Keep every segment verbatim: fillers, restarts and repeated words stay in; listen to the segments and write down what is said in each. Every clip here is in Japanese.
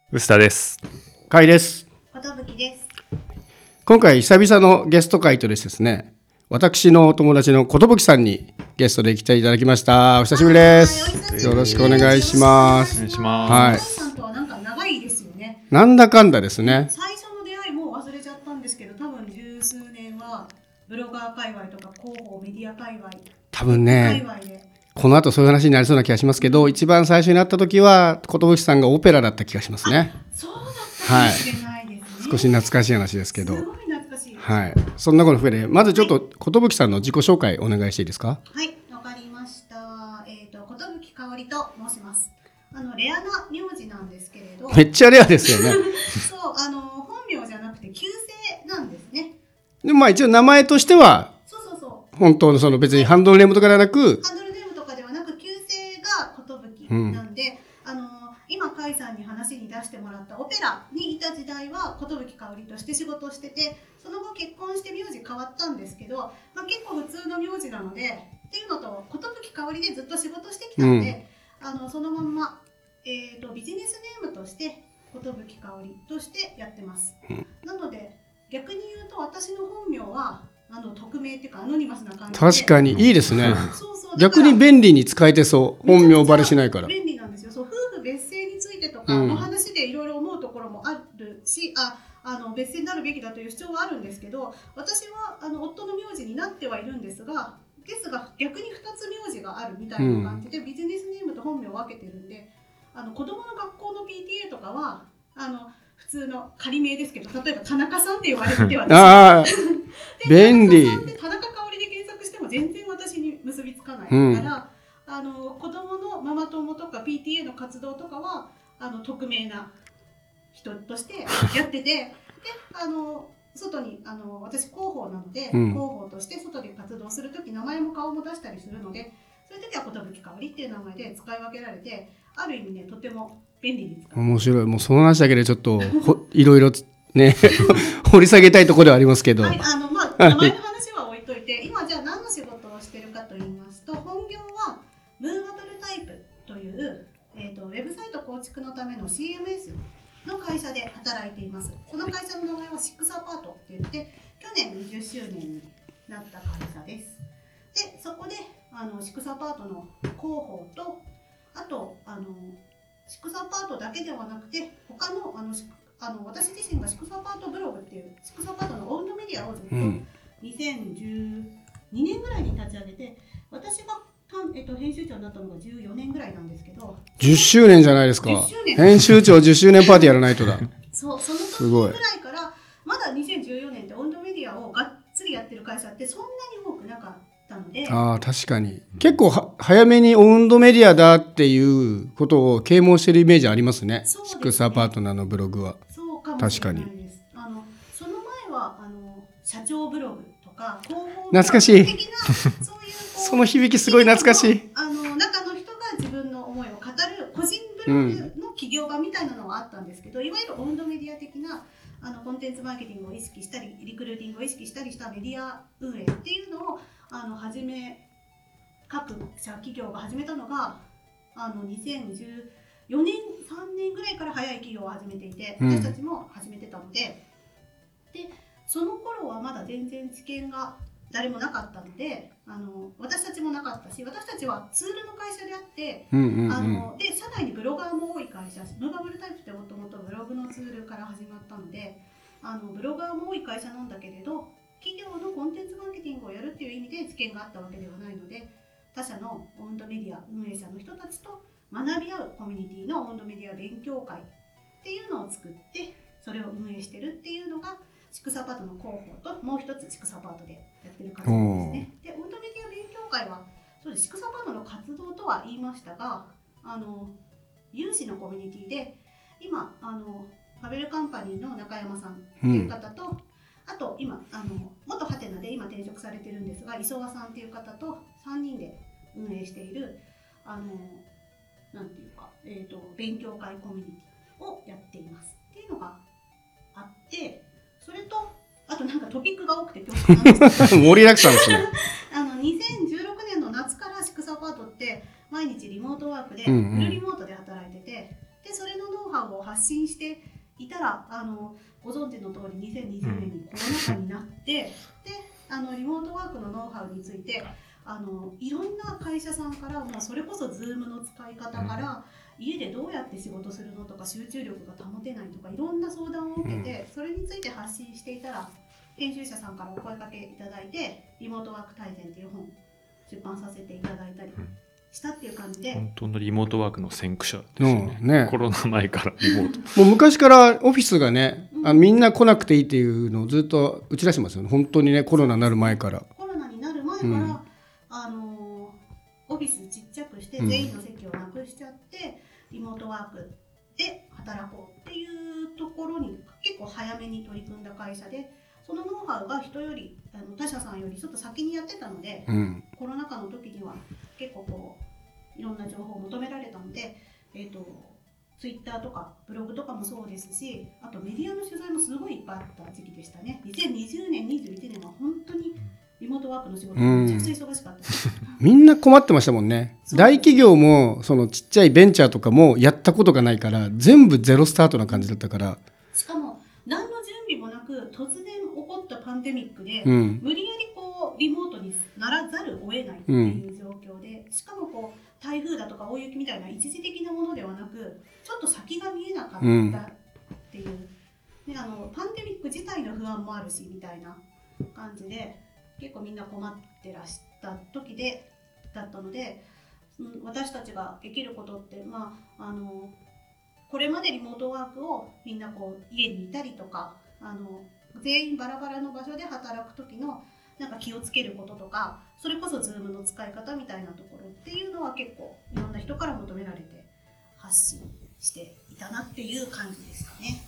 臼田です。 甲斐です。 寿です。 今回久々のゲスト会とですね、私の友達の寿さんにゲストで来ていただきました。お久しぶりです。よろしくお願いします。 お願いします。 はい。さんとはなんか長いですよね。 なんだかんだですね。 最初の出会いも忘れちゃったんですけど、多分十数年はブロガー界隈とか広報メディア界隈、 多分ね。 界隈で。 この後そういう話になりそうな気がしますけど、一番最初に会った時は寿さんがオペラだった気がしますね。 そうだったかもしれないですね。 はい、少し懐かしい話ですけど。 すごい懐かしい。 はい。そんなことの上で、まずちょっと寿さんの自己紹介お願いしていいですか。 はい、わかりました。えっ、ー、と寿かおりと申します。あのレアな名字なんですけれど。 めっちゃレアですよね。 そうあの本名じゃなくて旧姓なんですね。 でもまあ一応名前としては。 そうそうそう。 本当のその別にハンドルネームとかではなく。 ハンドルネームとかではなく旧姓が寿なんで、うん、あの今甲斐さんに話に出してもらったオペラにいた時代は寿かおりとして仕事をしてて、その後結婚して名字変わったんですけど、まあ、結構普通の名字なのでっていうのと寿かおりでずっと仕事してきたので、うん、あのそのまんま、えーと、ビジネスネームとして寿かおりとしてやってます、うん、なので逆に言うと私の本名はあの匿名っていうかアノニマスな感じで。 確かにいいですね。 そうそう、 逆に便利に使えてそう。本名バレしないから。 便利なんですよ。そう、夫婦別姓についてとかの話でいろいろ思うところもあるし、うん、ああの別姓になるべきだという主張はあるんですけど、私はあの夫の名字になってはいるんですが、ですが逆にふたつ名字があるみたいな感じで、うん、ビジネスネームと本名を分けてるんで、あの子供の学校の ピーティーエー とかはあの普通の仮名ですけど、例えば田中さんって呼ばれてはあ便利。 田中かおりで検索しても全然私に結びつかないから、うん、あの子供のママ友とか ピーティーエー の活動とかはあの匿名な人としてやっててであの外にあの私広報なので、うん、広報として外で活動するとき名前も顔も出したりするので、そういう時は寿かおりっていう名前で使い分けられて、ある意味ねとても便利に使う。 面白い。もうその話だけでちょっといろいろね掘り下げたいところではありますけど、 はい、あのまあ名前の話は置いといて、今じゃあ何の仕事をしてるかと言いますと、本業はムーバブルタイプという、えーと、ウェブサイト構築のための シーエムエス の会社で働いています。この会社の名前はシックスアパートって言って、去年にじゅっしゅうねんになった会社です。でそこであのシックスアパートの広報と、あとあのシックスアパートだけではなくて他のあのあの私自身がシックスアパートブログっていうシックスアパートのオウンドメディアをずっとにせんじゅうにねんぐらいに立ち上げて、私が、えっと、編集長になったのがじゅうよねんぐらいなんですけど、 じゅっしゅうねんじゃないですか。編集長じゅっしゅうねんパーティーやらないとだ。 そうその時ぐらいからまだにせんじゅうよねんってオウンドメディアをがっつりやってる会社ってそんなに多くなかったので、 ああ確かに結構は早めにオウンドメディアだっていうことを啓蒙してるイメージありますね。シックスアパートナーのブログは。 そうかもしれないです。あのその前はあの社長ブログとか広報懐かしい的なそういうその響きすごい懐かしい。 あの中の人が自分の思いを語る個人ブログの企業版みたいなのはあったんですけど、うん、いわゆるオウンドメディア的なあのコンテンツマーケティングを意識したりリクルーティングを意識したりしたメディア運営っていうのをあの始め各社企業が始めたのがあのにせんじゅうよねんさんねんぐらいから早い企業を始めていて、私たちも始めてたので、うん、でその頃はまだ全然知見が誰もなかったので、あの私たちもなかったし、私たちはツールの会社であって、うんうんうん、あので社内にブロガーも多い会社、ムーバブルタイプってもともとブログのツールから始まったので、あのブロガーも多い会社なんだけれど、企業のコンテンツマーケティングをやるっていう意味で知見があったわけではないので、他社のオウンドメディア運営者の人たちと学び合うコミュニティのオウンドメディア勉強会っていうのを作って、それを運営してるっていうのがシックスアパートの広報と、もう一つシックスアパートでやってる活動ですね。で、オウンドメディア勉強会はそうです、シックスアパートの活動とは言いましたが、あの有志のコミュニティで今あのファベルカンパニーの中山さんっていう方と、うん、あと今あの元ハテナで今転職されてるんですが磯和さんっていう方とさんにんで運営しているあのなんていうか、えーと、勉強会コミュニティをやっていますっていうのがあって、それとあとなんかトピックが多くて今日なんですけど盛りだくさんですねあのにせんじゅうろくねんの夏からシックスアパートって毎日リモートワークでフルリモートで働いてて、ででそれのノウハウを発信していたら、あのご存知の通りにせんにじゅうねんにコロナ禍になって、であのリモートワークのノウハウについてあのいろんな会社さんから、まあ、それこそ Zoom の使い方から、うん、家でどうやって仕事するのとか集中力が保てないとかいろんな相談を受けて、うん、それについて発信していたら編集者さんからお声掛けいただいてリモートワーク大全という本出版させていただいたりしたっていう感じで、 本当のリモートワークの先駆者ですよね。 うんね、 コロナ前からリモートもう昔からオフィスがね、うん、あのみんな来なくていいっていうのをずっと打ち出してますよね。本当にね、コロナになる前からコロナになる前から、うん、あのオフィスちっちゃくして全員の席をなくしちゃって、うん、リモートワークで働こうっていうところに結構早めに取り組んだ会社で、そのノウハウが人よりあの他社さんよりちょっと先にやってたので、うん、コロナ禍の時には結構こういろんな情報を求められたので、えーと、ツイッターとかブログとかもそうですし、あとメディアの取材もすごいいっぱいあった時期でしたね。にせんにじゅうねん、にじゅういちねんは本当にリモートワークの仕事がめちゃくちゃ忙しかったです、 うん、みんな困ってましたもんね。大企業もそのちっちゃいベンチャーとかもやったことがないから全部ゼロスタートな感じだったから、 しかも何の準備もなく突然起こったパンデミックで、 うん、 無理やりこうリモートにならざるを得ないっていう状況で、うん、しかもこう台風だとか大雪みたいな一時的なものではなく、ちょっと先が見えなかったっていう、うん、であのパンデミック自体の不安もあるしみたいな感じで結構みんな困ってらした時でだったので、うん、私たちができることって、まあ、あのこれまでリモートワークをみんなこう家にいたりとか、あの全員バラバラの場所で働く時のなんか気をつけることとか、それこそ Zoom の使い方みたいなところっていうのは結構いろんな人から求められて発信していたなっていう感じですかね。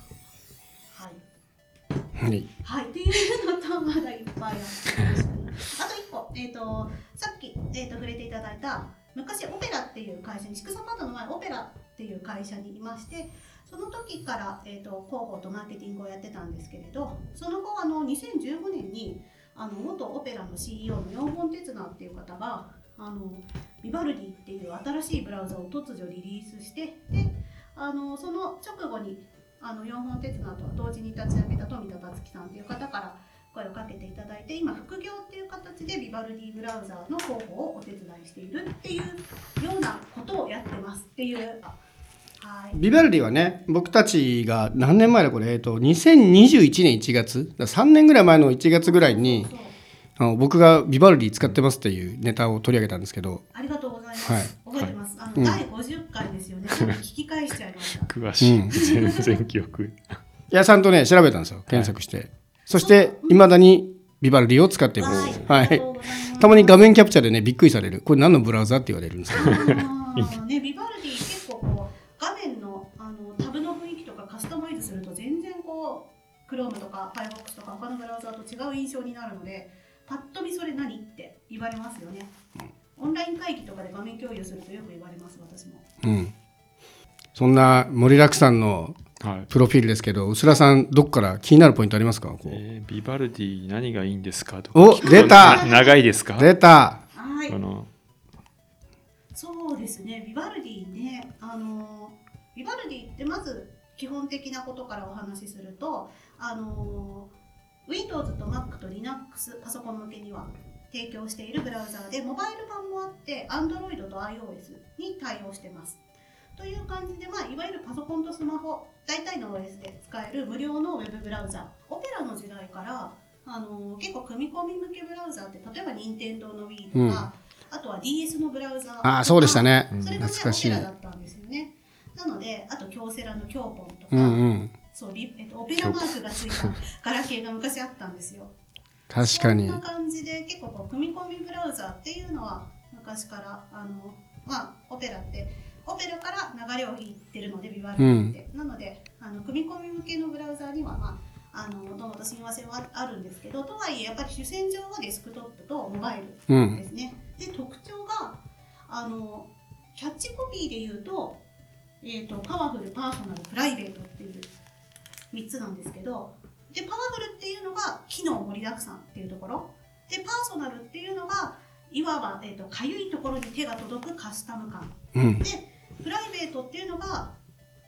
はい、はいはい、っていうのとまだいっぱいあって、あといっこ、えーと、さっき、えーと、触れていただいた昔オペラっていう会社に、シクサパートの前オペラっていう会社にいまして、その時から、えーと、広報とマーケティングをやってたんですけれど、その後あのにせんじゅうごねんにあの元オペラの シーイーオー のヨンホン・テツナーっていう方があのビバルディっていう新しいブラウザを突如リリースして、であのその直後にあのヨンホン・テツナーと同時に立ち上げた富田達樹さんっていう方から声をかけていただいて、今副業っていう形でビバルディブラウザの広報をお手伝いしているっていうようなことをやってますっていう。はい、ビバルディはね、僕たちが何年前だこれ、えーと、にせんにじゅういちねんいちがつ、さんねんぐらい前のいちがつぐらいに、そうそうそう、あの僕がビバルディ使ってますっていうネタを取り上げたんですけど、 ありがとうございます、はい、覚えてます、あの、うん、だいごじゅっかいですよね。聞き返しちゃいました詳しい、うん、全然記憶いやさんとね調べたんですよ、検索して、はい、そしていまだにビバルディを使っています、はいはい、たまに画面キャプチャーでねびっくりされる、これ何のブラウザって言われるんですけどね、ビバルディ結構こう画面 の, あのタブの雰囲気とかカスタマイズすると全然こう Chrome とか Firefox とか他のブラウザと違う印象になるので、パッと見それ何って言われますよね、うん、オンライン会議とかで画面共有するとよく言われます、私も、 うん、そんな盛りだくさんのプロフィールですけど、薄田さんどっから気になるポイントありますか？こう、 えー、ビバルディ何がいいんですかとか、お出た長いですか？ 出た、 はい、あのそうですね、ビバルディね、あのビバルディってまず基本的なことからお話しすると、あの Windows と Mac と Linux パソコン向けには提供しているブラウザーで、モバイル版もあって Android と iOS に対応してますという感じで、まあ、いわゆるパソコンとスマホ大体の オーエス で使える無料のウェブブラウザ、オペラの時代からあの結構組み込み向けブラウザって、例えば任天堂の Wii とか、うん、あとは ディーエス のブラウザとか、 あ、そうでしたね、 それがねオペラだったんですよね。なので、あと京セラの京ポンとか、 うんうん、 そう、えっと、オペラマークがついたガラケーが昔あったんですよ。 確かにそんな感じで結構こう組み込みブラウザっていうのは昔からあの、まあ、オペラってオペラから流れを引いてるので、ビバルディって、うん、なのであの組み込み向けのブラウザには、まあ、あのもともと親和性はあるんですけど、とはいえやっぱり主戦場はデスクトップとモバイルですね、うん、で特徴があのキャッチコピーで言うと、えーと、パワフル、パーソナル、プライベートっていうみっつなんですけど、でパワフルっていうのが機能盛りだくさんっていうところで、パーソナルっていうのがいわば、えーと、かゆいところに手が届くカスタム感、うん、でプライベートっていうのが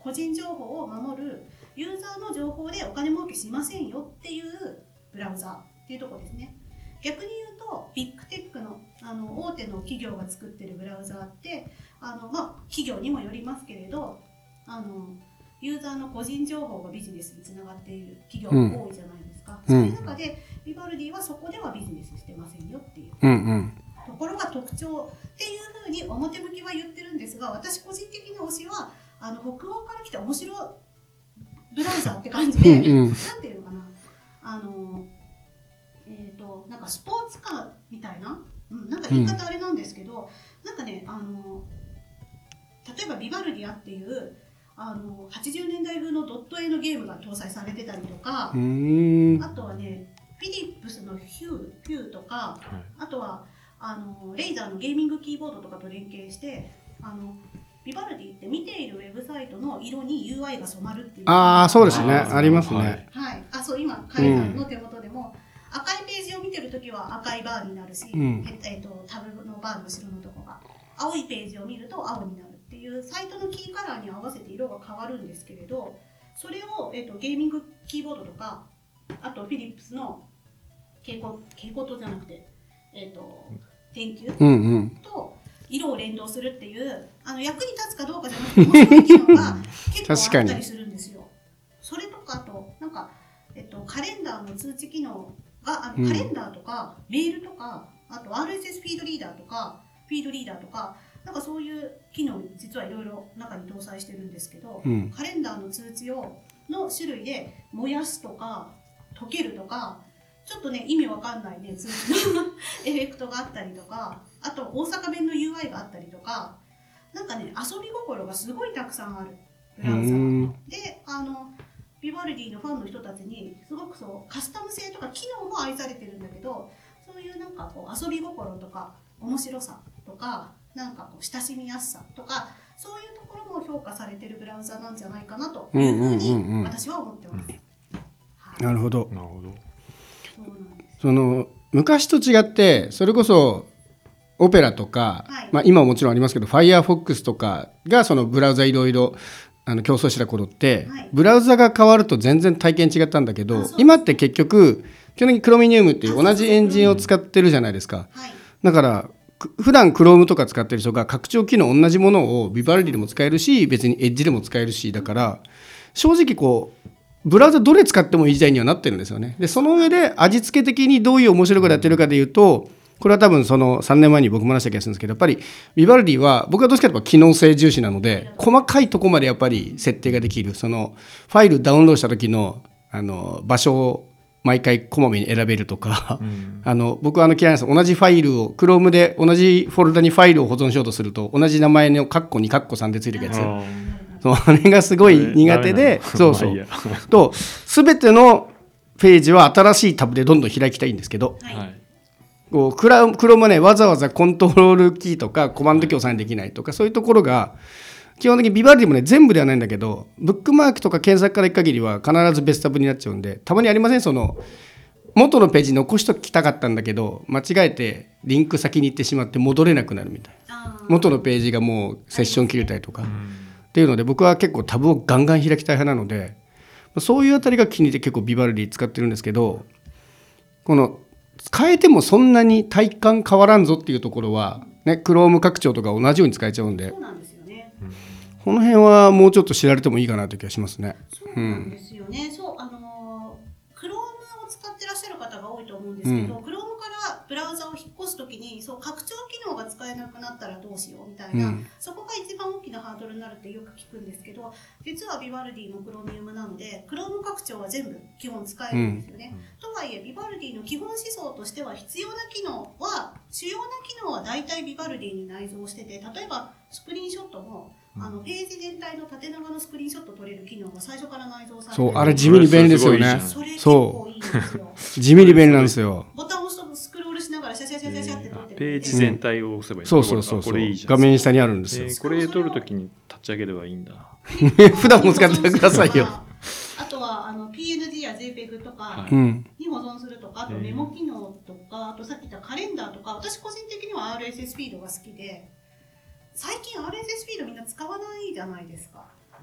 個人情報を守るユーザーの情報でお金儲けしませんよっていうブラウザっていうところですね。逆に言うとビッグテックの、あの大手の企業が作ってるブラウザってあの、まあ、企業にもよりますけれどあのユーザーの個人情報がビジネスにつながっている企業が多いじゃないですか、うん、そういう中でビバルディはそこではビジネスしてませんよっていう、 うんうん、 ところが特徴っていうふうに表向きは言ってるんですが、私個人的な推しはあの北欧から来た面白いブラウザって感じでうん、なんていうのかなあのえーと、なんかスポーツカーみたいな、うん、なんか言い方あれなんですけど、うん、なんかねあの例えばビバルディアっていうあのはちじゅうねんだい風のドット絵のゲームが搭載されてたりとか、あとはねフィリップスのヒュー、ヒューとか、はい、あとはあのレイザーのゲーミングキーボードとかと連携してあのビバルディって見ているウェブサイトの色に ユーアイ が染まるっていう。 ああそうですね、ありますね。 はい、あそう今カイさんの手元でも、うん、赤いページを見てるときは赤いバーになるし、うんえっと、タブのバーの後ろのところが青いページを見ると青になるっていうサイトのキーカラーに合わせて色が変わるんですけれど、それを、えっと、ゲーミングキーボードとかあとフィリップスの蛍光蛍光灯じゃなくて、えっと、電球と色を連動するっていうあの役に立つかどうかじゃなくて面白い機能が結構あったりするんですよ。それとかあとなんか、えっと、カレンダーの通知機能があの、うん、カレンダーとかメールとかあと アールエスエス フィードリーダーとかフィードリーダーとかなんかそういう機能実はいろいろ中に搭載してるんですけど、うん、カレンダーの通知をの種類で燃やすとか溶けるとかちょっとね意味わかんないね通知のエフェクトがあったりとかあと大阪弁の ユーアイ があったりとかなんかね遊び心がすごいたくさんあるブラウザーであのビバルディのファンの人たちにすごくそうカスタム性とか機能も愛されてるんだけどそういうなんかこう遊び心とか面白さとかなんかこう親しみやすさとかそういうところも評価されてるブラウザなんじゃないかなというふうに私は思ってます、うんうんうんはい、なるほど。 なるほど。 そうなんです。 その昔と違ってそれこそオペラとか、はいまあ、今はもちろんありますけど Firefox とかがそのブラウザいろいろあの競争した頃って、はい、ブラウザが変わると全然体験違ったんだけど今って結局基本的にクロミニウムっていう同じエンジンを使ってるじゃないですか、はい、だから普段 Chrome とか使ってる人が拡張機能同じものをビバルディでも使えるし別に Edge でも使えるしだから正直こうブラウザどれ使ってもいい時代にはなってるんですよね。でその上で味付け的にどういう面白いことやってるかでいうとこれは多分そのさんねんまえに僕も話した気がするんですけどやっぱりビバルディは僕はどっちかというと機能性重視なので細かいところまでやっぱり設定ができるそのファイルダウンロードした時のあの場所を毎回こまめに選べるとか、うん、あの僕はあの嫌いなんです。同じファイルを Chrome で同じフォルダにファイルを保存しようとすると同じ名前のカッコにカッコさんでついてるやつそうあれがすごい苦手でそうそうと全てのページは新しいタブでどんどん開きたいんですけど、はい、こうクラクロムはねわざわざコントロールキーとかコマンドキーを押さえできないとかそういうところが基本的にビバルディもね全部ではないんだけどブックマークとか検索からいく限りは必ず別タブになっちゃうんでたまにありませんその元のページ残しときたかったんだけど間違えてリンク先に行ってしまって戻れなくなるみたいな元のページがもうセッション切れたりとかっていうので僕は結構タブをガンガン開きたい派なのでそういうあたりが気に入って結構ビバルディ使ってるんですけどこの変えてもそんなに体感変わらんぞっていうところはね Chrome 拡張とか同じように使えちゃうんでそうなんですよね、うん、 この辺はもうちょっと知られてもいいかなという気がしますね。 そうなんですよね、うん、そうあの Chrome を使ってらっしゃる方が多いと思うんですけど、うん、Chrome からブラウザを引っ越すときにそう拡張機能が使えなくなったらどうしようみたいな、うん、そこが一番大きなハードルになるってよく聞くんですけど実はビバルディの Chromium なので Chrome 拡張は全部基本使えるんですよね、うん、とはいえビバルディの基本思想としては必要な機能は主要な機能は大体ビバルディに内蔵してて例えばスクリーンショットもあのページ全体の縦長のスクリーンショット撮れる機能が最初から内蔵されてる。 そうあれ地味に便利ですよね。 それ結構いいんですよ。 地味に便利なんですよ。 ボタンを押すとスクロールしながらシャシャシャシャシャって撮ってページ全体を押せばいい、うん、 そうそうそうそう画面下にあるんですよ、 えー、これ撮るときに立ち上げればいいんだ普段も使ってくださいよあとはあの ピーエヌジー や ジェーペグ とかに保存するとか、あとメモ機能とかあとさっき言ったカレンダーとか私個人的には アールエスエス フィードが好きで最近 アールエスエス フィードみんな使わないじゃないですか。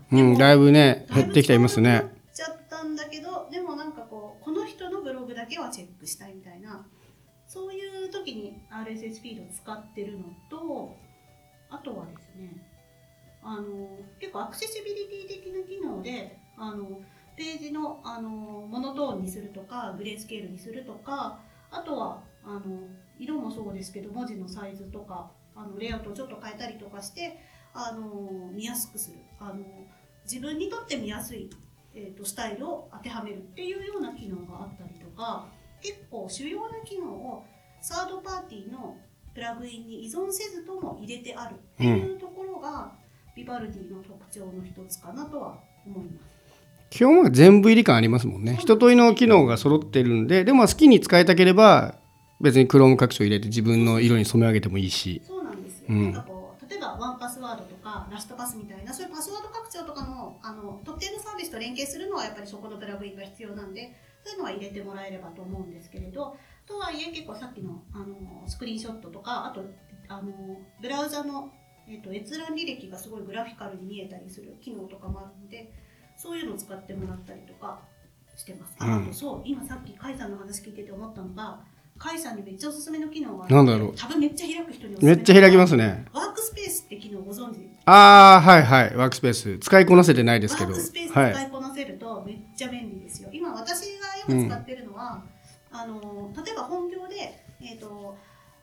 うん、だいぶね減ってきていますね。 ちゃったんだけど、でもなんかこうこの人のブログだけはチェックしたいみたいな、そういう時に アールエスエス フィードを使ってるのと、あとはですね、あの結構アクセシビリティ的な機能で、あのページの、あのモノトーンにするとかグレースケールにするとか、あとはあの色もそうですけど文字のサイズとかあのレイアウトをちょっと変えたりとかして、あの見やすくする、あの自分にとって見やすい、えーと、スタイルを当てはめるっていうような機能があったりとか、結構主要な機能をサードパーティーのプラグインに依存せずとも入れてあるっていうところが、うん、ビバルディの特徴の一つかなとは思います。 基本は全部入り感ありますもんね。一通りの機能が揃ってるんで、でも好きに使いたければ別に Chrome 拡張入れて自分の色に染め上げてもいいし。 そうなんですよ、うん、なんかこう例えばワンパスワードとかラストパスみたいなそういうパスワード拡張とかの、あの特定のサービスと連携するのはやっぱりそこのプラグインが必要なんで、そういうのは入れてもらえればと思うんですけれど、とはいえ結構さっきの、あのスクリーンショットとか、あとあのブラウザの、えーと、閲覧履歴がすごいグラフィカルに見えたりする機能とかもあるので、そういうのを使ってもらったりとかしてます。あ、うん、あとそう今さっきカイさんの話聞いてて思ったのが、カイさんにめっちゃおすすめの機能があって、なんだろう、多分めっちゃ開く人におすすめ。 めっちゃ開きますね。 ワークスペースって機能ご存知？ ああ、はいはい、ワークスペース使いこなせてないですけど、 ワークスペース使いこなせるとめっちゃ便利ですよ。はい、今私が今使ってるのは、うん、あの例えば本業で、えーと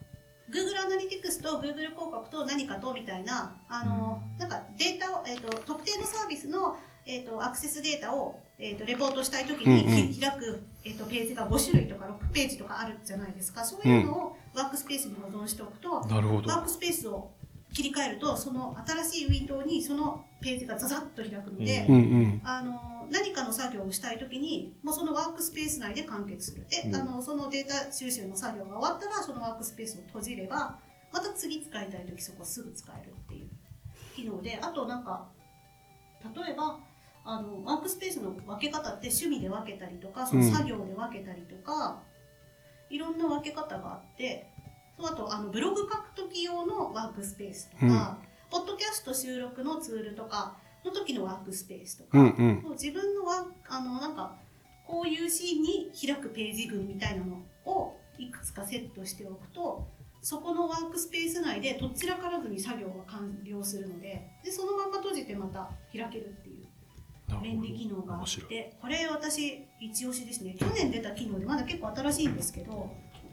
Google アナリティクスと Google 広告と何かとみたいな、あのなんかデータを、えーと特定のサービスのえー、とアクセスデータを、えー、とレポートしたいときに、うんうん、開く、えー、とページがごしゅるいとかろくページとかあるじゃないですか。そういうのをワークスペースに保存しておくと、うん、ワークスペースを切り替えるとその新しいウィンドウにそのページがザザッと開くので、うんうん、あの何かの作業をしたいときにもうそのワークスペース内で完結する。で、うん、あのそのデータ収集の作業が終わったらそのワークスペースを閉じればまた次使いたいときそこすぐ使えるっていう機能で、あとなんか例えばあのワークスペースの分け方って趣味で分けたりとか、その作業で分けたりとか、うん、いろんな分け方があって、あとあのブログ書く時用のワークスペースとか、うん、ポッドキャスト収録のツールとかの時のワークスペースとか、うんうん、自分のワあのなんかこういうシーンに開くページ群みたいなのをいくつかセットしておくと、そこのワークスペース内でどちらからずに作業が完了するので、でそのまま閉じてまた開けるっていう便利機能があって、これ私一押しですね。去年出た機能でまだ結構新しいんですけど、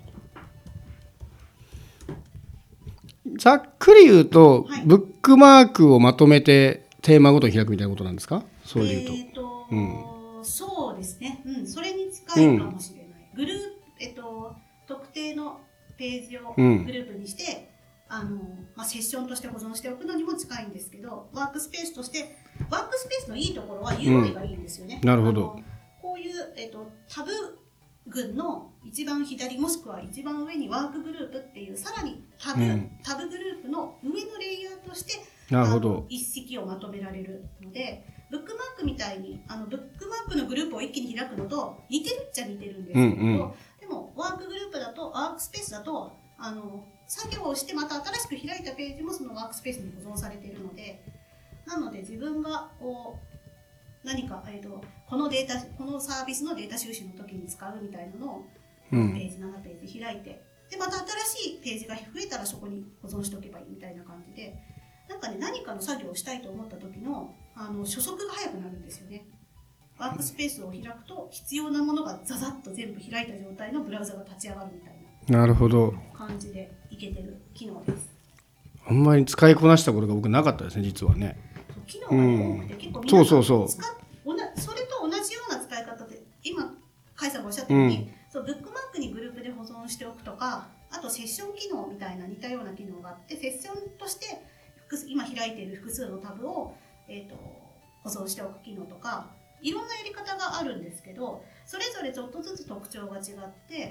ざっくり言うと、はい、ブックマークをまとめてテーマごとに開くみたいなことなんですか？そういうと、えーとうん、そうですね、うん、それに近いかもしれない、うん、グループ、えっと、特定のページをグループにして、うん、あのまあ、セッションとして保存しておくのにも近いんですけど、ワークスペースとしてワークスペースのいいところは ユーアイ がいいんですよね、 うん、なるほど。 こういう、えっと、タブ群の一番左もしくは一番上にワークグループっていうさらにタブ、うん、タブグループの上のレイヤーとしてなるほど一式をまとめられるので、ブックマークみたいにあのブックマークのグループを一気に開くのと似てるっちゃ似てるんですけど、うんうん、でもワークグループだとワークスペースだとあの作業をしてまた新しく開いたページもそのワークスペースに保存されているので、なので自分がこう何か、えーと、このデータこのサービスのデータ収集の時に使うみたいなのをページななページ開いて、でまた新しいページが増えたらそこに保存しておけばいいみたいな感じで、なんかね何かの作業をしたいと思った時のあの初速が速くなるんですよね。ワークスペースを開くと必要なものがザザッと全部開いた状態のブラウザが立ち上がるみたいななるほど感じでいけてる機能です。 あんまり使いこなしたことが僕なかったですね、実はね。 機能が多くて、うん、結構皆さんそうそうそう使っそれと同じような使い方で今カイさんがおっしゃったように、うん、そうブックマークにグループで保存しておくとか、あとセッション機能みたいな似たような機能があって、セッションとして複数今開いている複数のタブを、えーと、保存しておく機能とかいろんなやり方があるんですけど、それぞれちょっとずつ特徴が違って、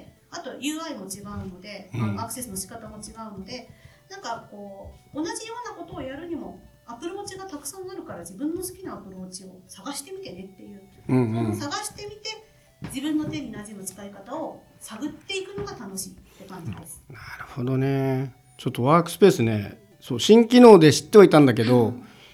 あと ユーアイ も違うので、うん、アクセスの仕方も違うので、なんかこう同じようなことをやるにもアプローチがたくさんあるから自分の好きなアプローチを探してみてねっていう、うんうん、その探してみて自分の手に馴染む使い方を探っていくのが楽しいって感じです。 なるほどね。ちょっとワークスペースね、そう新機能で知ってはいたんだけど、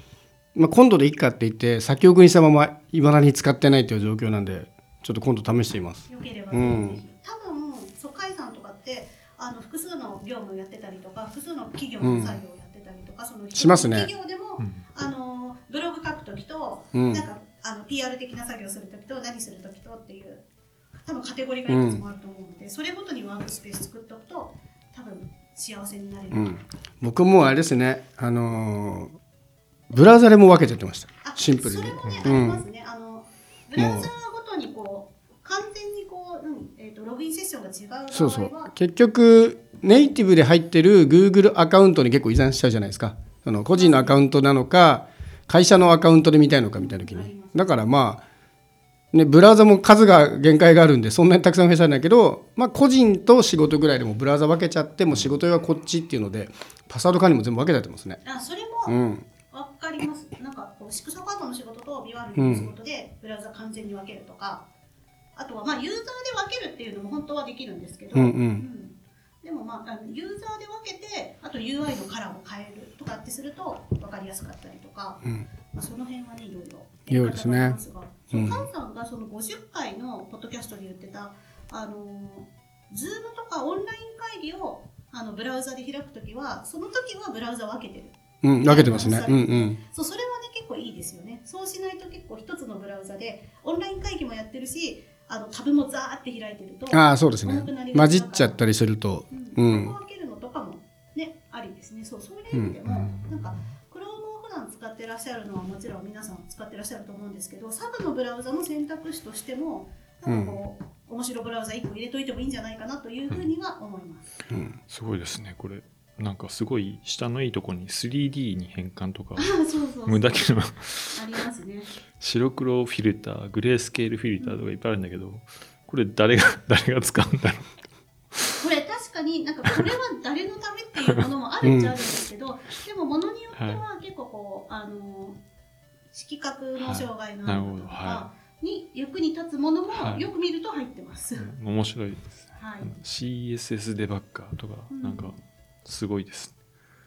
まあ、今度でいいかって言って先送りしたままいまだに使ってないという状況なんで、ちょっと今度試しています。 よければぜうんひぜひ。多分疎開さんとかってあの複数の業務をやってたりとか複数の企業の作業をやってたりとか、そのしますね企業でも、 うんあのブログ書くときと、 うんなんかあの ピーアール 的な作業するときと何するときとっていう多分カテゴリーがいくつもあると思うので、それごとにワークスペース作っておくと多分幸せになれる、 うん、僕もあれですね、あのーブラウザでも分けちゃってました。 あシンプルにそれもね、 うんありますね。あのブラウザーごとにこう完全にこう、うんえー、とログインセッションが違う場合はそうそう、結局ネイティブで入ってる Google アカウントに結構依存しちゃうじゃないですか。その個人のアカウントなのか会社のアカウントで見たいのかみたいな時に、だからまあね、ブラウザも数が限界があるんでそんなにたくさん増やされないけど、まあ、個人と仕事ぐらいでもブラウザ分けちゃって、もう仕事用はこっちっていうのでパスワード管理も全部分けちゃってますね。 あそれうもんわかります。なんかこうシクサカードの仕事とビワールの仕事でブラウザ完全に分けるとか、あとはまあユーザーで分けるっていうのも本当はできるんですけど、 うんうんうんでもまああのユーザーで分けてあと ユーアイ のカラーを変えるとかってすると分かりやすかったりとか、 うんまあ、その辺はねいろいろいろいろですねやり方がありますが、 うんそう菅さんがそのごじゅっかいのポッドキャストで言ってたあのズームとかオンライン会議をあのブラウザで開くときはその時はブラウザ分けてる。 うん、分けてますね。うんうんそうそれはね結構いいですよね。そうしないと結構一つのブラウザでオンライン会議もやってるし、あのタブもザーって開いてると、 ああそうですね、 重くなりがちだから混じっちゃったりすると、 う、 うんんここ分けるのとかもねありですね。そうそういう意味でも、 うんなんか Chrome を普段使ってらっしゃるのはもちろん皆さん使ってらっしゃると思うんですけど、サブのブラウザの選択肢としてもなんかこう、面白ブラウザいっこ入れといてもいいんじゃないかなというふうには思います。 うんすごいですねこれ。なんかすごい下のいいとこに スリーディー に変換とかあそうそうそう無駄機能ありますね。 白黒フィルターグレースケールフィルターとかいっぱいあるんだけど、これ誰が誰が使うんだろう。 これ確かになんかこれは誰のためっていうものもあるっちゃあるんですけど、でもものによっては結構こうあの色覚の障害のある方とかに役に立つものもよく見ると入ってます。 うん面白いですね。 はい。 シーエスエス デバッガーとかうんなんかすごいです、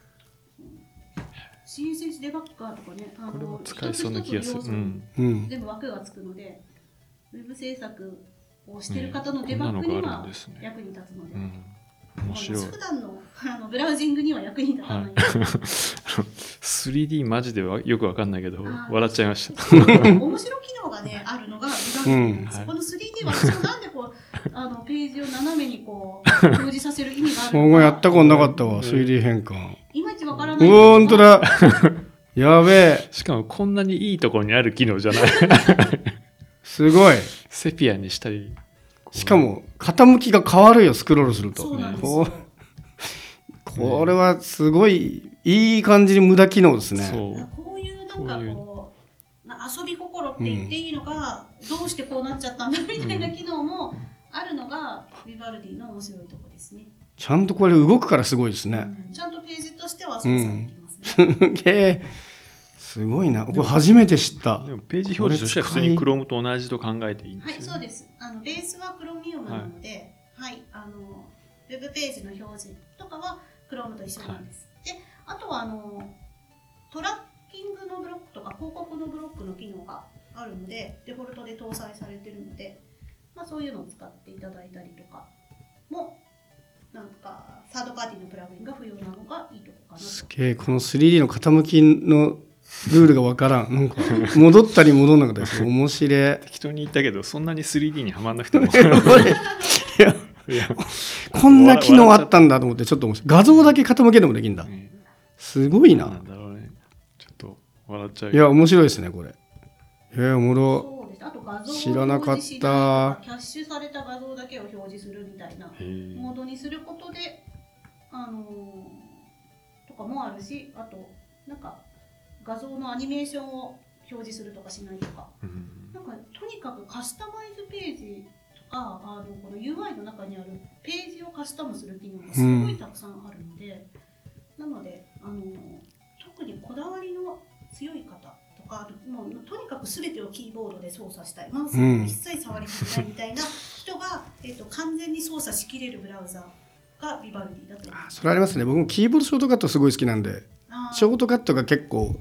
シーエスエス デバッガーとかね、あこれもの使えそうな気がする。 一つ一つの要素にうんうん全部枠がつくので、ウェブ制作をしている方のねデバッグにこんなのがあはるんですね役に立つので、 うん面白い。 普段のあのブラウジングには役に立たない。 スリーディー マジではよくわかんないけどあー笑っちゃいました。 面白機能がねあるのがビバルディなんですよ。 うんこの スリーディー は私もなんでこうあのページを斜めにこう表示させる意味がある僕もやったのかことなかったわ スリーディー 変換。 いまいちわからうない。 おーほんとだやべえしかもこんなにいいところにある機能じゃない。 すごい。 セピアにしたり。 しかも傾きが変わるよスクロールすると。 そうなんですこよ。 うこれはすごいいい感じに無駄機能ですね。 そうこういうなんかこういうこうな遊び心って言っていいのか、どうしてこうなっちゃったんだみたいな機能もあるのがビバルディの面白いところですね。 ちゃんとこれ動くからすごいですね。 ちゃんとページとしては操作できますね。 すげえすごいな。これ初めて知った。 でもページ表示としては普通に Chrome と同じと考えていいんではい、 すよね。 そうです。あのベースは Chromium なので、はい、あのウェブページの表示とかは Chrome と一緒なんです。で、あとはあのトラッキングのブロックとか広告のブロックの機能があるので、デフォルトで搭載されているので、まあそういうのを使っていただいたりとかも、なんかサードパーティーのプラグインが不要なのがいいとこかなと。 すげえこの スリーディー の傾きのルールがわからん。なんか戻ったり戻んなかったです。面白い。 適当に言ったけどそんなに スリーディー にはまんなくても。 いやいやこんな機能あったんだと思ってちょっと面白い。画像だけ傾けてもできるんだ。 ねすごいな。 なんだろうね。ちょっと笑っちゃうよ。 いや面白いですねこれ。えー、おもろ。 そうです。あと画像を知らなかった表示しないとかキャッシュされた画像だけを表示するみたいなへーモードにすることで、あのーとかもあるし、あとなんか画像のアニメーションを表示するとかしないとか、 うんなんかとにかくカスタマイズページとかあのこの ユーアイ の中にあるページをカスタムする機能がすごいたくさんあるので、なのであの特にこだわりの強い方とか、もうとにかく全てをキーボードで操作したい、マウスを一切触りたくないみたいな人が、えっと完全に操作しきれるブラウザがビバルディだと思います。 それありますね。僕もキーボードショートカットすごい好きなんで、 あーショートカットが結構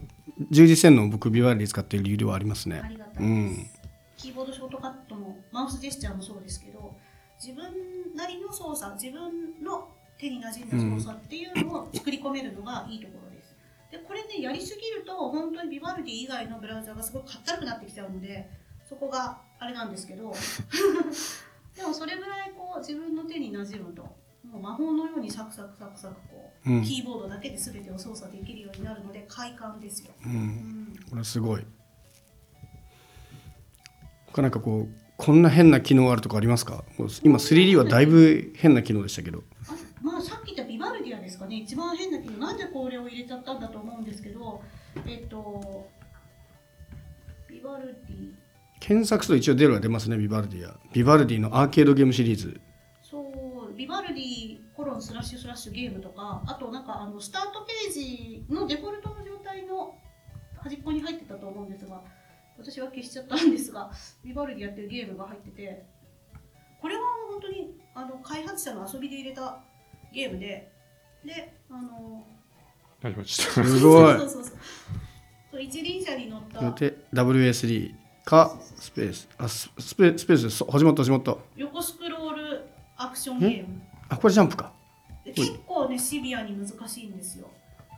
充実してるのを僕ビバルディ使ってる理由ではありますね。 ありがたいです、うん、キーボードショートカットもマウスジェスチャーもそうですけど、自分なりの操作、自分の手に馴染んだ操作っていうのを作り込めるのがいいところです。でこれね、やりすぎると本当にビバルディ以外のブラウザがすごいかったるくなってきちゃうので、そこがあれなんですけどでもそれぐらいこう自分の手に馴染むと、もう魔法のようにサクサクサクサクこう、うん、キーボードだけで全てを操作できるようになるので快感ですよ、うんうん、 これすごい。他なんかこうこんな変な機能あるとかありますか？今 スリーディー はだいぶ変な機能でしたけど、 あ、まあ、さっき言ったビバルディアですかね、一番変な機能。なんでこれを入れちゃったんだと思うんですけど、えっとビバルディ検索すると一応出るは出ますね。ビバルディア、ビバルディのアーケードゲームシリーズ、 そうビバルディコロンスラッシュスラッシュゲームとか、あとなんかあのスタートページのデフォルトの状態の端っこに入ってたと思うんですが、私は消しちゃったんですが、ビバルディやってるゲームが入ってて、これは本当にあの開発者の遊びで入れたゲームで、で、あのすごい。 そうそうそうそう、一輪車に乗ったで ダブリューエスディー かスペース、あスペーススペース始まった始まった。 横スクロールアクションゲーム。 あ、これジャンプか。 結構ねシビアに難しいんですよ。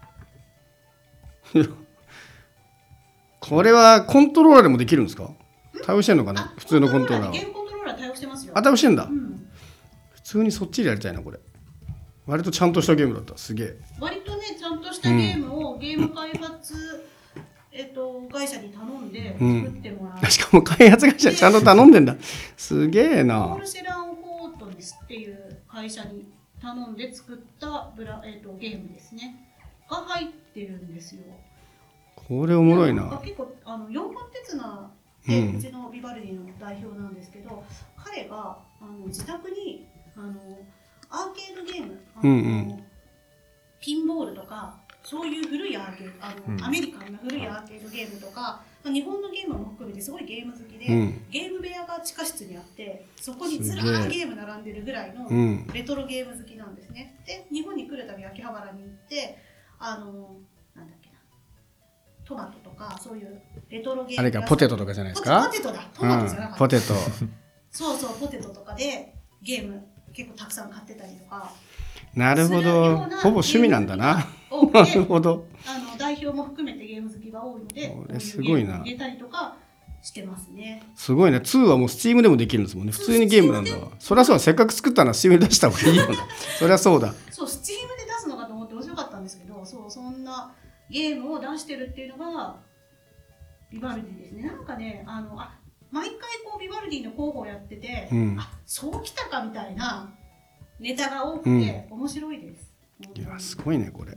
これはコントローラーでもできるんですか？対応してんのかな？普通のコントローラー。 ゲームコントローラー対応してますよ。 あ、対応してんだ、 うん、 普通にそっちでやりたいな。これ割とちゃんとしたゲームだった。すげえ。 割とねちゃんとしたゲームを、うん、ゲーム開発、えっと、会社に頼んで作ってもらう、 うん、しかも開発会社ちゃんと頼んでんだ。すげえな。 ポール・シェラン・フォートニスっていう会社に頼んで作ったブラ、えっと、ゲームですねが入ってるんですよ。 これおもろいな。 結構あのヨン・バンテツナで、うん、うちのビバルディの代表なんですけど、彼があの自宅にあのアーケードゲーム、あの、うんうん、ピンボールとかそういう古いアーケード、あの、うん、アメリカンな古いアーケードゲームとか、日本のゲームも含めてすごいゲーム好きで、うん、ゲーム部屋が地下室にあってそこにずらーゲーム並んでるぐらいのレトロゲーム好きなんですね。で日本に来るたび秋葉原に行ってあのなんだっけなトマトとかそういうレトロゲーム、 あれかポテトとかじゃないですか。 ポテトだ、トマトじゃなかった、うん、 ポテトそうそうポテトとかでゲーム結構たくさん買ってたりとか。 なるほど、ほぼ趣味なんだな。なるほど。 あの代表も含めてゲーム好きが多いので、 これすごいな。 入れたりとかしてますね。 すごいね。ツーはもう Steam でもできるんですもんね。普通にゲームなんだわ。そりゃそうだ。せっかく作ったのは Steam で出した方がいいよね。そりゃそうだ。 そう Steam で出すのかと思って面白かったんですけど、そうそんなゲームを出してるっていうのがビバルディですね。なんかね、あのあ毎回こうビバルディの候補をやってて、うん、あそうきたかみたいなネタが多くて面白いです。 うん、いやすごいねこれ。 うん、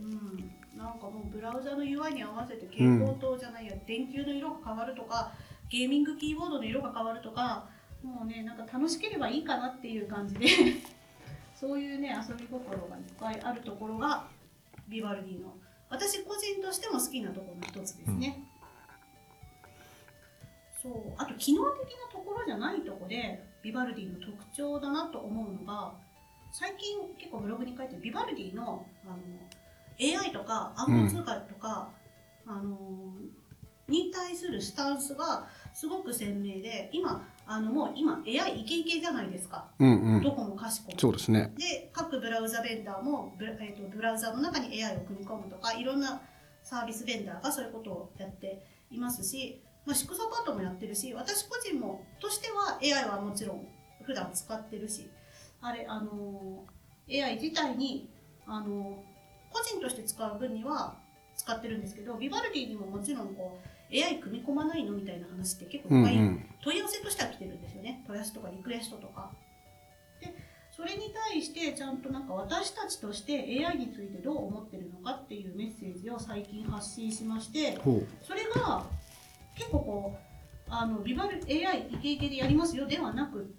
なんかもうブラウザの ユーアイ に合わせて蛍光灯じゃないや、うん、電球の色が変わるとかゲーミングキーボードの色が変わるとか、もうねなんか楽しければいいかなっていう感じでそういうね遊び心がいっぱいあるところがビバルディの私個人としても好きなところの一つですね。うん、そうあと機能的なところじゃないところでビバルディの特徴だなと思うのが、最近結構ブログに書いてるビバルディの、あの エーアイ とか暗号通貨とか、うん、あのに対するスタンスがすごく鮮明で、今あのもう今 エーアイ イケイケじゃないですか、うんうん、どこもかしこも。 そうですね。 で各ブラウザベンダーもブラ、えーと、ブラウザの中に エーアイ を組み込むとか、いろんなサービスベンダーがそういうことをやっていますし、まあ、シクサパートもやってるし、私個人もとしては エーアイ はもちろん普段使ってるし、あれあの エーアイ 自体にあの個人として使う分には使ってるんですけど、ビバルディにももちろんこう エーアイ 組み込まないのみたいな話って結構いっぱい問い合わせとしては来てるんですよね。問い合わせとかリクエストとかで、それに対してちゃんとなんか私たちとして エーアイ についてどう思ってるのかっていうメッセージを最近発信しまして、それが結構こうあのビバル エーアイ イケイケでやりますよではなくって、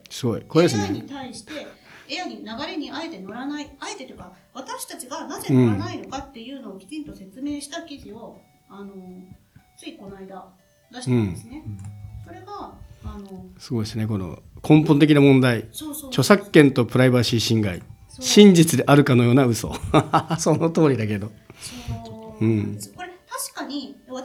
すごいこれですね、 エーアイ に対して エーアイ に流れにあえて乗らない、あえてというか私たちがなぜ乗らないのかっていうのをきちんと説明した記事を、うん、あのついこの間出したんですね、うん、それがあのすごいですね。この根本的な問題、 そうそう著作権とプライバシー侵害、真実であるかのような嘘その通りだけど、 そう、うん、これ確かに私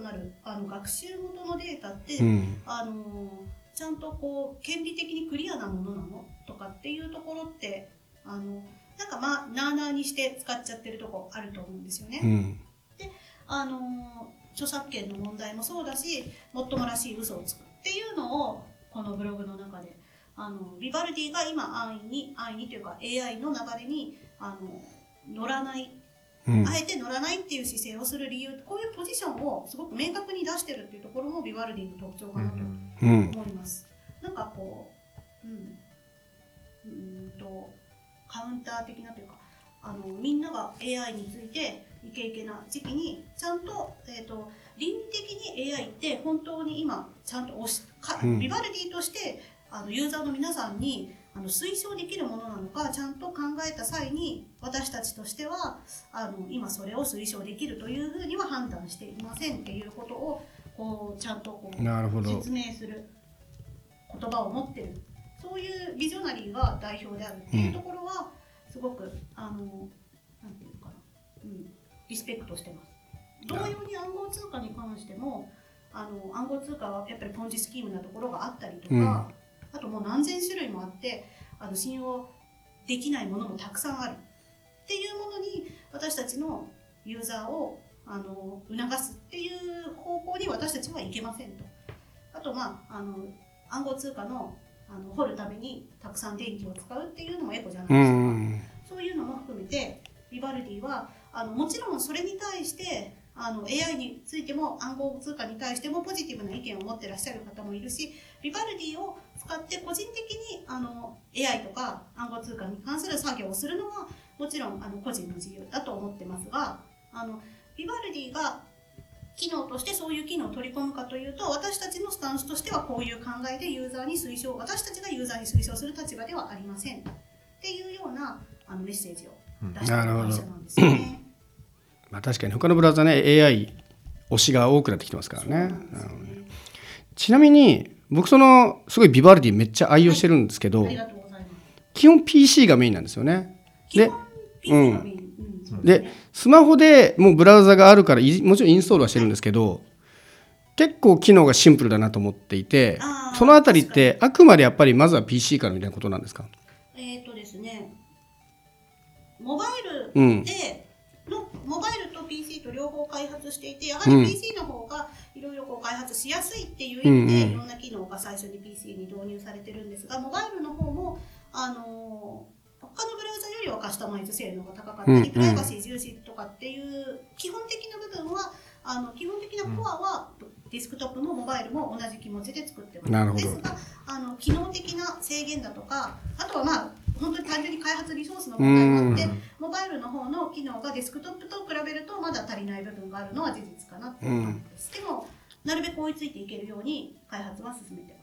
なるあの学習元のデータって、 うん、 あのちゃんとこう権利的にクリアなものなのとかっていうところってあのなんかまあなあなあにして使っちゃってるとこあると思うんですよね。 うん、 であの著作権の問題もそうだし、もっともらしい嘘をつくっていうのをこのブログの中であのビバルディが今安易に安易にというか エーアイ の流れにあの乗らない、うん、あえて乗らないっていう姿勢をする理由、こういうポジションをすごく明確に出してるっていうところもビバルディの特徴かなと思います。うん、なんかこう、うん、うんとカウンター的なというか、あのみんなが エーアイ についてイケイケな時期にちゃんと、えーと、倫理的に エーアイ って本当に今ちゃんと押しか、うん、ビバルディとしてあのユーザーの皆さんにあの推奨できるものなのかちゃんと考えた際に私たちとしてはあの今それを推奨できるというふうには判断していませんっていうことをこうちゃんとこう説明する言葉を持ってる、そういうビジョナリーが代表であるっていうところはすごくあのなんていうかな、うん、リスペクトしてます。同様に暗号通貨に関してもあの暗号通貨はやっぱりポンジスキームなところがあったりとか、うん、あともう何千種類もあってあの信用できないものもたくさんあるっていうものに私たちのユーザーをあの促すっていう方向に私たちはいけませんと。あとまああの暗号通貨のあの掘るためにたくさん電気を使うっていうのもエコじゃないですか、うん、そういうのも含めてビバルディはあのもちろんそれに対してあの エーアイ についても暗号通貨に対してもポジティブな意見を持ってらっしゃる方もいるし、ビバルディを使って個人的にあの エーアイ とか暗号通貨に関する作業をするのはもちろんあの個人の自由だと思ってますが、あのビバルディが機能としてそういう機能を取り込むかというと、私たちのスタンスとしてはこういう考えでユーザーに推奨、私たちがユーザーに推奨する立場ではありませんっていうようなあのメッセージを出している会社なんですよね。 まあ確かに他のブラウザね エーアイ 推しが多くなってきてますからね。 ねちなみに僕そのすごいビバルディめっちゃ愛用してるんですけど、はい、ありがとうございます。基本 ピーシー がメインなんですよね。 で、ピーシー がメイン、 うん、でスマホでもうブラウザがあるからもちろんインストールはしてるんですけど、はい、結構機能がシンプルだなと思っていて、そのあたりってあくまでやっぱりまずは ピーシー からみたいなことなんですか？ えっとですね、モバイルで、うんのモバイルと ピーシー と両方開発していて、やはり ピーシー の方がいろいろこう開発しやすいっていう意味で、うんうん、いろんな機能が最初に ピーシー に導入されてるんですが、モバイルの方もあのー、他のブラウザよりはカスタマイズ性能が高かったり、うんうん、プライバシー重視とかっていう基本的な部分はあの基本的なコアはデスクトップもモバイルも同じ気持ちで作ってます。なるほど。ですがあの機能的な制限だとか、あとはまあ本当に単純に開発リソースの問題があって、モバイルの方の機能がデスクトップと比べるとまだ足りない部分があるのは事実かなっていう感じです。でもなるべく追いついていけるように開発は進めてます。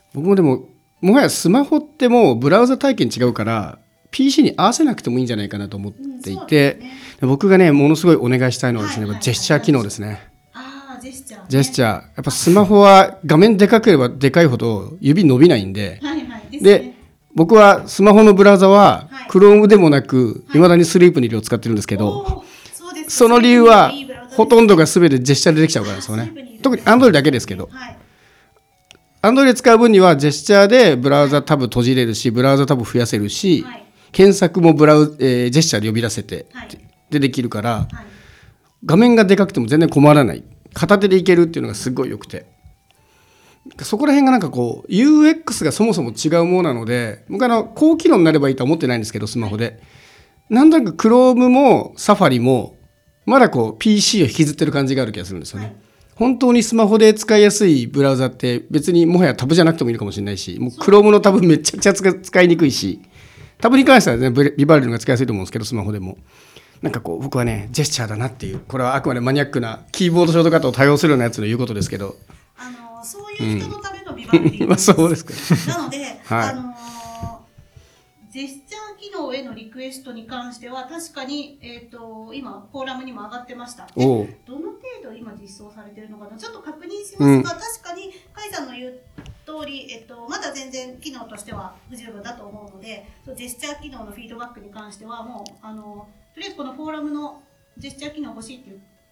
僕もでももはやスマホってもうブラウザ体験違うから ピーシー に合わせなくてもいいんじゃないかなと思っていて、うんね、僕がねものすごいお願いしたいのはですね、はいはいはい、ジェスチャー機能ですね。 あージェスチャー、ね、 ジェスチャーやっぱスマホは画面でかければでかいほど指伸びないんで、 はいはい、ですね。 で僕はスマホのブラウザは Chrome でもなくいまだにスリープニルを使ってるんですけど、はい、そ, その理由はほとんどが全てジェスチャーでできちゃうからですよね。特に Android だけですけど、はい、Android で使う分にはジェスチャーでブラウザタブ閉じれるし、ブラウザタブ増やせるし、はい、検索もブラウ、えー、ジェスチャーで呼び出せて、はい、でできるから、はい、画面がでかくても全然困らない、片手でいけるっていうのがすごい良くて、そこら辺がなんかこう ユーエックス がそもそも違うものなので、僕あの高機能になればいいとは思ってないんですけど、スマホでなんとなく Chrome も Safari もまだこう ピーシー を引きずってる感じがある気がするんですよね、はい、本当にスマホで使いやすいブラウザって別にもはやタブじゃなくてもいいのかもしれないし、もう Chrome のタブめちゃくちゃ使いにくいし、タブに関してはねビバルディが使いやすいと思うんですけど、スマホでもなんかこう僕はねジェスチャーだなっていう、これはあくまでマニアックなキーボードショートカットを多用するようなやつの言うことですけど、 あのそういう人のためのビバルディなんです、 うん、そうですかなので、はい、あのジェスチャー機能へのリクエストに関しては確かに、えー、と今フォーラムにも上がってました。でどの程度今実装されているのかなちょっと確認しますが、うん、確かに甲斐さんの言う通り、えっと、まだ全然機能としては不十分だと思うので、ジェスチャー機能のフィードバックに関してはもうあのとりあえずこのフォーラムのジェスチャー機能欲しいっていう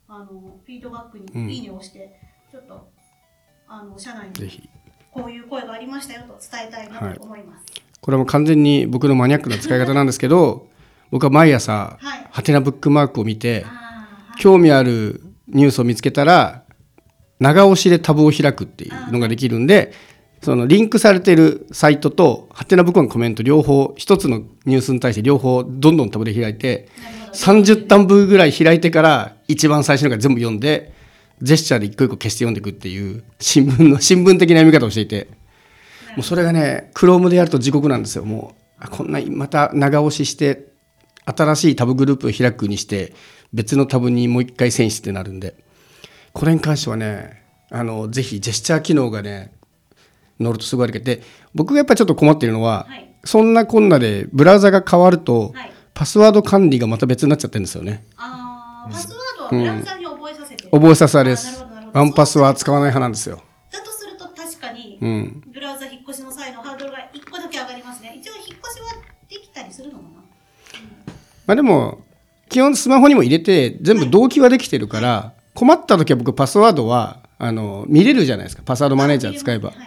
あのフィードバックにうんいいねを押してちょっとあの社内にぜひ。 こういう声がありましたよと伝えたいなと思います。 これも完全に僕のマニアックな使い方なんですけど、僕は毎朝はい。 ハテナブックマークを見て、 あーはい興味あるニュースを見つけたら長押しでタブを開くっていうのができるんで、そのリンクされているサイトとハテナブックのコメント両方一つのニュースに対して両方どんどんタブで開いてなるほどさんじゅう端部ぐらい開いてから一番最初のが全部読んでジェスチャーで一個一個消して読んでいくっていう新聞の新聞的な読み方をしていて、もうそれがね Chrome でやると地獄なんですよ。もうあこんなまた長押しして新しいタブグループを開くにして別のタブにもう一回遷出ってなるんで、これに関してはねあのぜひジェスチャー機能がね乗るとすごいありがて、僕がやっぱりちょっと困っているのは、 はい、 そんなこんなでブラウザが変わると、 はい、 パスワード管理がまた別になっちゃってるんですよね。 あーパスワードはブラウザに覚えさせて、 覚えさせられであす。 なるほどなるほどワンパスは使わない派なんですよ。 だとすると確かに、 うんブラウザ引っ越しの際のハードルがいっこだけ上がりますね。一応引っ越しはできたりするのかな。 まあ、でも基本スマホにも入れて全部同期はできてるから、はい、困った時は僕パスワードはあの見れるじゃないですか。パスワードマネージャー使えば、はい、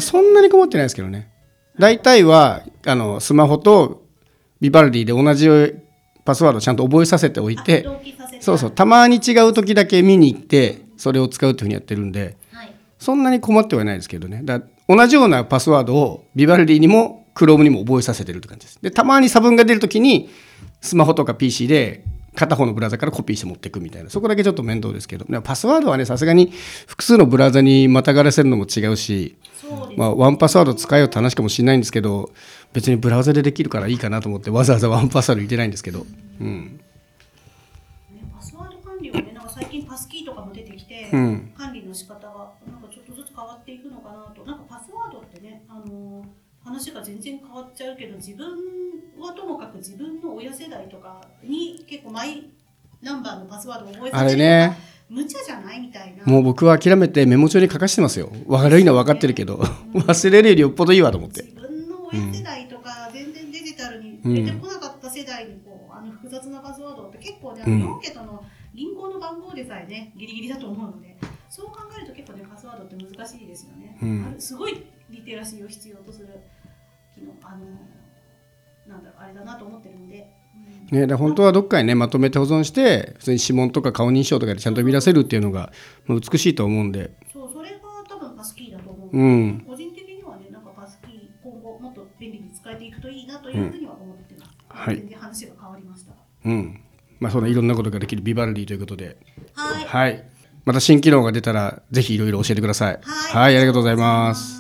そんなに困ってないですけどね。大体はあのスマホとビバルディで同じパスワードをちゃんと覚えさせておいて、そうそうたまに違う時だけ見に行ってそれを使うっていうふうにやってるんで、はい、そんなに困ってはないですけどね。だ同じようなパスワードをビバルディにも Chrome にも覚えさせてるって感じです。でたまに差分が出る時にスマホとか ピーシー で片方のブラウザからコピーして持っていくみたいな、そこだけちょっと面倒ですけど、パスワードはねさすがに複数のブラウザにまたがらせるのも違うし、まあ、ワンパスワード使えよって話かもしれないんですけど、別にブラウザでできるからいいかなと思ってわざわざワンパスワード入れてないんですけど、うんね、パスワード管理はね、なんか最近パスキーとかも出てきて、 うん、 管理の仕方がなんかちょっとずつ変わっていくのかなと。なんかパスワードってね、あのー、話が全然変わっちゃうけど、自分はともかく自分の親世代とかに結構マイナンバーのパスワードを覚えさせるのが無茶じゃないみたいな。 もう僕は諦めてメモ帳に書かしてますよ。悪いのは分かってるけど、うん、忘れるよりよっぽどいいわと思って。 自分の親世代とか、全然デジタルに出てこなかった世代にこうあの複雑なパスワードって結構ね、あのよん桁の銀行の番号でさえねギリギリだと思うので、そう考えると結構ねパスワードって難しいですよね、うん、あれすごいリテラシーを必要とする機能、あのなんだろうあれだなと思ってるので、うん、 ね、だ本当はどっかにねまとめて保存して普通に指紋とか顔認証とかでちゃんと見出せるっていうのが美しいと思うんで、 そうそれが多分パスキーだと思うので、 うん、 個人的にはねなんかパスキー今後もっと便利に使えていくといいなというふうには思ってます、うん、はい、全然話が変わりました。 うん、まあそんないろんなことができるビバルディということで、 はい、 はい、また新機能が出たらぜひいろいろ教えてください。 はい、 はい、ありがとうございます。